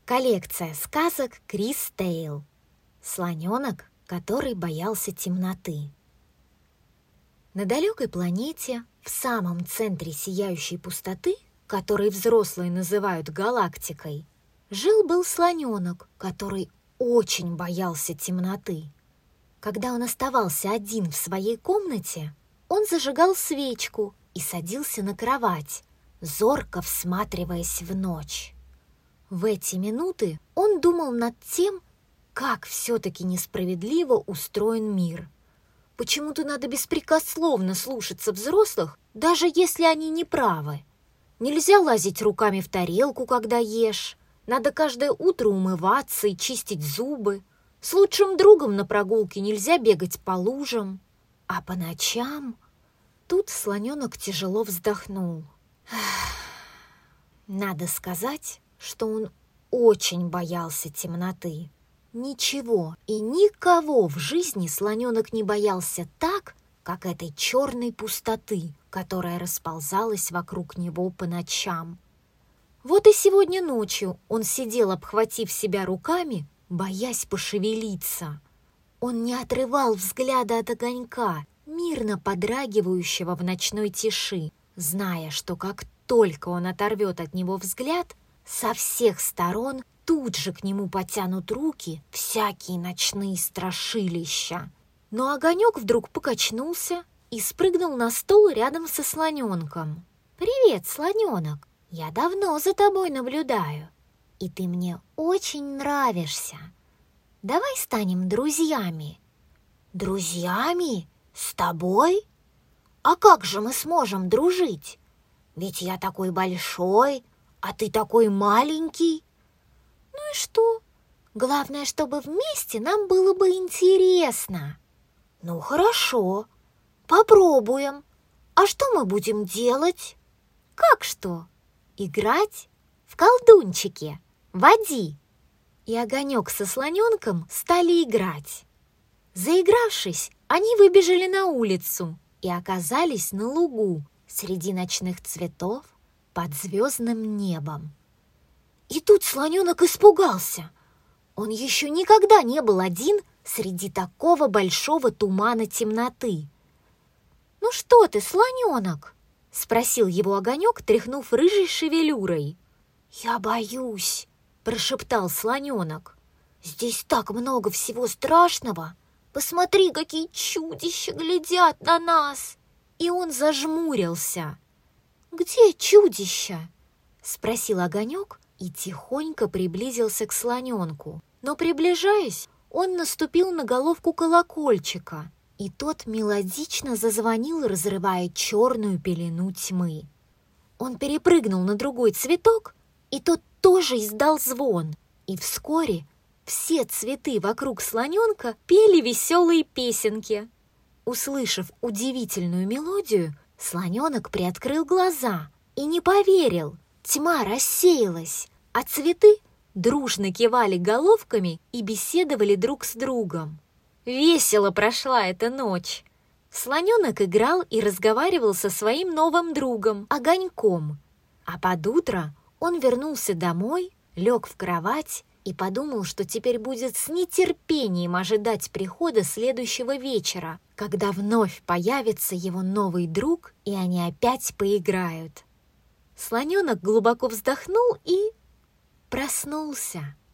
Коллекция сказок Крис Тейл. Слоненок, который боялся темноты. На далекой планете, в самом центре сияющей пустоты, который взрослые называют галактикой, жил-был слоненок, который очень боялся темноты. Когда он оставался один в своей комнате, он зажигал свечку и садился на кровать, зорко всматриваясь в ночь. В эти минуты он думал над тем, как все-таки несправедливо устроен мир. Почему-то надо беспрекословно слушаться взрослых, даже если они не правы. Нельзя лазить руками в тарелку, когда ешь. Надо каждое утро умываться и чистить зубы. С лучшим другом на прогулке нельзя бегать по лужам. А по ночам... Тут слоненок тяжело вздохнул. Надо сказать, что он очень боялся темноты. Ничего и никого в жизни слоненок не боялся так, как этой черной пустоты, которая расползалась вокруг него по ночам. Вот и сегодня ночью он сидел, обхватив себя руками, боясь пошевелиться. Он не отрывал взгляда от огонька, мирно подрагивающего в ночной тиши, зная, что как только он оторвет от него взгляд, со всех сторон тут же к нему потянут руки всякие ночные страшилища. Но огонек вдруг покачнулся и спрыгнул на стол рядом со слоненком. «Привет, слоненок! Я давно за тобой наблюдаю, и ты мне очень нравишься. Давай станем друзьями». «Друзьями? С тобой? А как же мы сможем дружить? Ведь я такой большой, а ты такой маленький». «Ну и что? Главное, чтобы вместе нам было бы интересно». «Ну хорошо, попробуем. А что мы будем делать?» «Как что? Играть в колдунчики. Води». И огонек со слоненком стали играть. Заигравшись, они выбежали на улицу и оказались на лугу среди ночных цветов под звездным небом. И тут слоненок испугался. Он еще никогда не был один среди такого большого тумана темноты. «Ну что ты, слоненок?» — спросил его огонек, тряхнув рыжей шевелюрой. «Я боюсь», — прошептал слоненок. «Здесь так много всего страшного. Посмотри, какие чудища глядят на нас!» И он зажмурился. «Где чудища?» — спросил огонек и тихонько приблизился к слоненку. Но, приближаясь, он наступил на головку колокольчика, и тот мелодично зазвонил, разрывая черную пелену тьмы. Он перепрыгнул на другой цветок, и тот тоже издал звон, и вскоре все цветы вокруг слоненка пели веселые песенки. Услышав удивительную мелодию, слоненок приоткрыл глаза и не поверил. Тьма рассеялась, а цветы дружно кивали головками и беседовали друг с другом. Весело прошла эта ночь. Слоненок играл и разговаривал со своим новым другом, огоньком. А под утро он вернулся домой, лег в кровать и подумал, что теперь будет с нетерпением ожидать прихода следующего вечера, когда вновь появится его новый друг, и они опять поиграют. Слоненок глубоко вздохнул и проснулся.